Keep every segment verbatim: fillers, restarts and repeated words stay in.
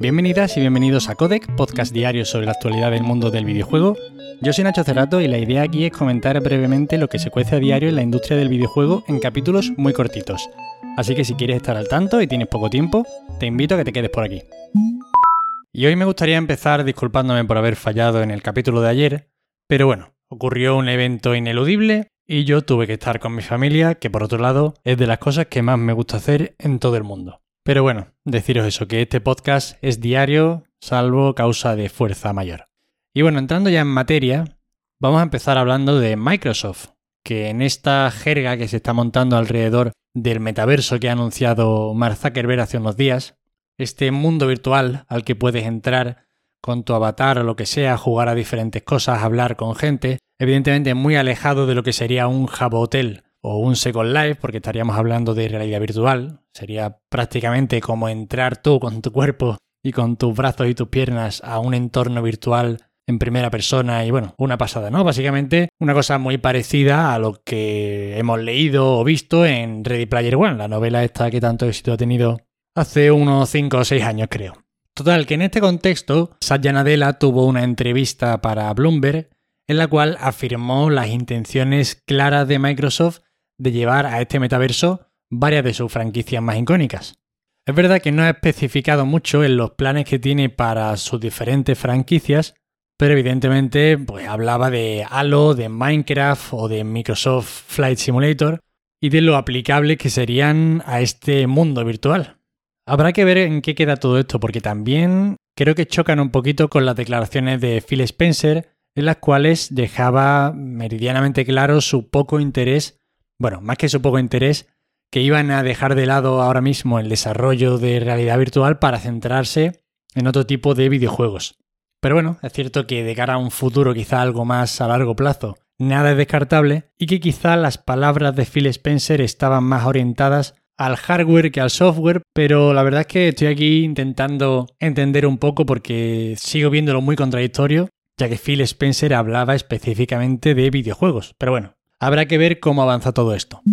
Bienvenidas y bienvenidos a Codec, podcast diario sobre la actualidad del mundo del videojuego. Yo soy Nacho Cerrato y la idea aquí es comentar brevemente lo que se cuece a diario en la industria del videojuego en capítulos muy cortitos. Así que si quieres estar al tanto y tienes poco tiempo, te invito a que te quedes por aquí. Y hoy me gustaría empezar disculpándome por haber fallado en el capítulo de ayer, pero bueno, ocurrió un evento ineludible y yo tuve que estar con mi familia, que por otro lado es de las cosas que más me gusta hacer en todo el mundo. Pero bueno, deciros eso, que este podcast es diario, salvo causa de fuerza mayor. Y bueno, entrando ya en materia, vamos a empezar hablando de Microsoft, que en esta jerga que se está montando alrededor del metaverso que ha anunciado Mark Zuckerberg hace unos días, este mundo virtual al que puedes entrar con tu avatar o lo que sea, jugar a diferentes cosas, hablar con gente, evidentemente muy alejado de lo que sería un Habbo-Hotel o un Second Life, porque estaríamos hablando de realidad virtual. Sería prácticamente como entrar tú con tu cuerpo y con tus brazos y tus piernas a un entorno virtual en primera persona y bueno, una pasada, ¿no? Básicamente una cosa muy parecida a lo que hemos leído o visto en Ready Player One, la novela esta que tanto éxito ha tenido hace unos cinco o seis años, creo. Total, que en este contexto, Satya Nadella tuvo una entrevista para Bloomberg en la cual afirmó las intenciones claras de Microsoft de llevar a este metaverso varias de sus franquicias más icónicas. Es verdad que no ha especificado mucho en los planes que tiene para sus diferentes franquicias, pero evidentemente pues, hablaba de Halo, de Minecraft o de Microsoft Flight Simulator y de lo aplicables que serían a este mundo virtual. Habrá que ver en qué queda todo esto, porque también creo que chocan un poquito con las declaraciones de Phil Spencer, en las cuales dejaba meridianamente claro su poco interés, bueno, más que su poco interés, que iban a dejar de lado ahora mismo el desarrollo de realidad virtual para centrarse en otro tipo de videojuegos. Pero bueno, es cierto que de cara a un futuro quizá algo más a largo plazo, nada es descartable y que quizá las palabras de Phil Spencer estaban más orientadas al hardware que al software, pero la verdad es que estoy aquí intentando entender un poco porque sigo viéndolo muy contradictorio, ya que Phil Spencer hablaba específicamente de videojuegos. Pero bueno, habrá que ver cómo avanza todo esto.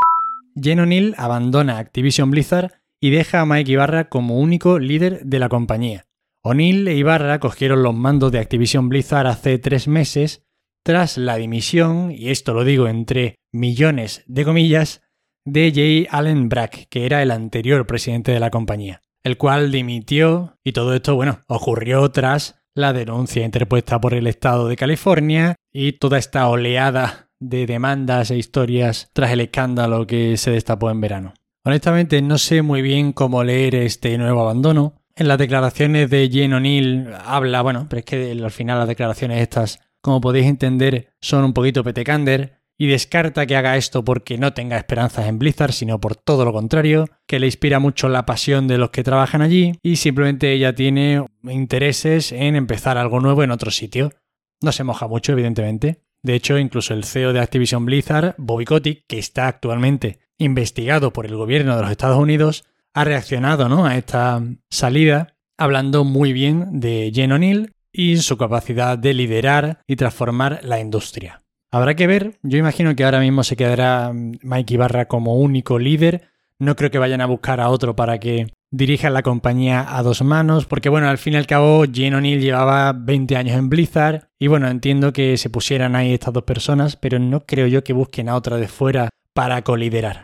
Jen Oneal abandona Activision Blizzard y deja a Mike Ibarra como único líder de la compañía. Oneal e Ibarra cogieron los mandos de Activision Blizzard hace tres meses tras la dimisión, y esto lo digo entre millones de comillas, de Jay Allen Brack, que era el anterior presidente de la compañía, el cual dimitió y todo esto, bueno, ocurrió tras la denuncia interpuesta por el estado de California y toda esta oleada de demandas e historias tras el escándalo que se destapó en verano. Honestamente no sé muy bien cómo leer este nuevo abandono. En las declaraciones de Jen Oneal habla, bueno, pero es que al final las declaraciones estas, como podéis entender, son un poquito petecander y descarta que haga esto porque no tenga esperanzas en Blizzard, sino por todo lo contrario, que le inspira mucho la pasión de los que trabajan allí y simplemente ella tiene intereses en empezar algo nuevo en otro sitio. No se moja mucho, evidentemente. De hecho, incluso el C E O de Activision Blizzard, Bobby Kotick, que está actualmente investigado por el gobierno de los Estados Unidos, ha reaccionado, ¿no?, a esta salida, hablando muy bien de Jen Oneal y su capacidad de liderar y transformar la industria. Habrá que ver, yo imagino que ahora mismo se quedará Mike Ibarra como único líder. No creo que vayan a buscar a otro para que dirija la compañía a dos manos, porque bueno, al fin y al cabo Jen Oneal llevaba veinte años en Blizzard y bueno, entiendo que se pusieran ahí estas dos personas, pero no creo yo que busquen a otra de fuera para coliderar.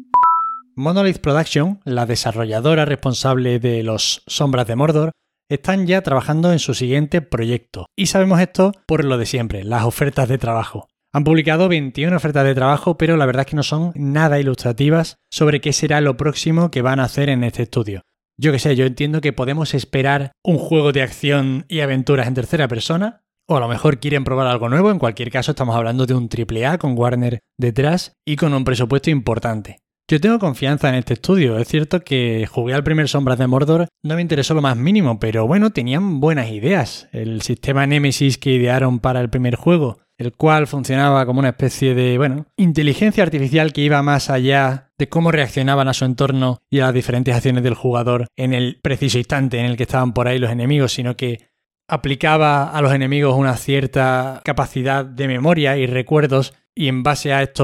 Monolith Production, la desarrolladora responsable de los Sombras de Mordor, están ya trabajando en su siguiente proyecto. Y sabemos esto por lo de siempre, las ofertas de trabajo. Han publicado veintiuna ofertas de trabajo, pero la verdad es que no son nada ilustrativas sobre qué será lo próximo que van a hacer en este estudio. Yo qué sé, yo entiendo que podemos esperar un juego de acción y aventuras en tercera persona, o a lo mejor quieren probar algo nuevo. En cualquier caso estamos hablando de un triple A con Warner detrás y con un presupuesto importante. Yo tengo confianza en este estudio. Es cierto que jugué al primer Sombras de Mordor, no me interesó lo más mínimo, pero bueno, tenían buenas ideas. El sistema Nemesis que idearon para el primer juego, el cual funcionaba como una especie de, bueno, inteligencia artificial que iba más allá de cómo reaccionaban a su entorno y a las diferentes acciones del jugador en el preciso instante en el que estaban por ahí los enemigos, sino que aplicaba a los enemigos una cierta capacidad de memoria y recuerdos y en base a estos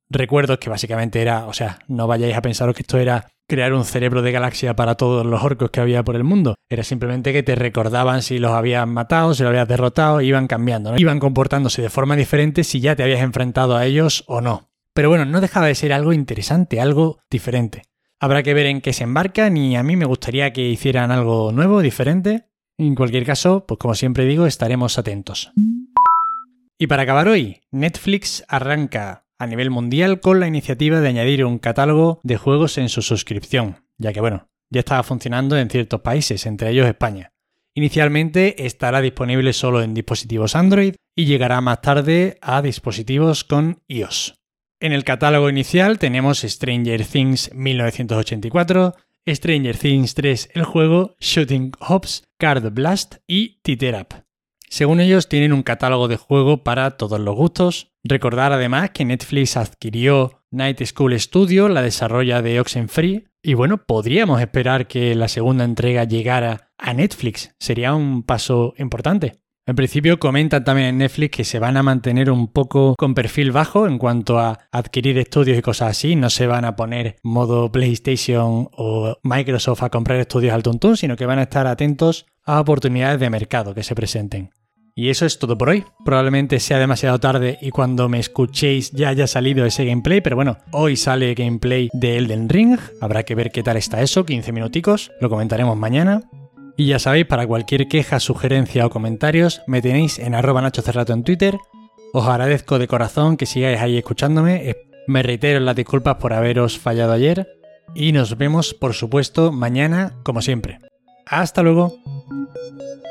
recuerdos, que básicamente era, o sea, no vayáis a pensaros que esto era crear un cerebro de galaxia para todos los orcos que había por el mundo. Era simplemente que te recordaban si los habías matado, si los habías derrotado, iban cambiando, ¿no? Iban comportándose de forma diferente si ya te habías enfrentado a ellos o no. Pero bueno, no dejaba de ser algo interesante, algo diferente. Habrá que ver en qué se embarcan y a mí me gustaría que hicieran algo nuevo, diferente. En cualquier caso, pues como siempre digo, estaremos atentos. Y para acabar hoy, Netflix arranca a nivel mundial con la iniciativa de añadir un catálogo de juegos en su suscripción, ya que bueno, ya estaba funcionando en ciertos países, entre ellos España. Inicialmente estará disponible solo en dispositivos Android y llegará más tarde a dispositivos con iOS. En el catálogo inicial tenemos Stranger Things mil novecientos ochenta y cuatro, Stranger Things tres el juego, Shooting Hops, Card Blast y Titer Up. Según ellos tienen un catálogo de juego para todos los gustos. Recordar además que Netflix adquirió Night School Studio, la desarrolla de Oxenfree, y bueno, podríamos esperar que la segunda entrega llegara a Netflix. Sería un paso importante. En principio comentan también en Netflix que se van a mantener un poco con perfil bajo en cuanto a adquirir estudios y cosas así. No se van a poner modo PlayStation o Microsoft a comprar estudios al tuntún, sino que van a estar atentos a oportunidades de mercado que se presenten. Y eso es todo por hoy. Probablemente sea demasiado tarde y cuando me escuchéis ya haya salido ese gameplay, pero bueno, hoy sale gameplay de Elden Ring. Habrá que ver qué tal está eso, quince minuticos, lo comentaremos mañana. Y ya sabéis, para cualquier queja, sugerencia o comentarios, me tenéis en arroba Nacho Cerrato en Twitter. Os agradezco de corazón que sigáis ahí escuchándome. Me reitero en las disculpas por haberos fallado ayer. Y nos vemos, por supuesto, mañana, como siempre. ¡Hasta luego!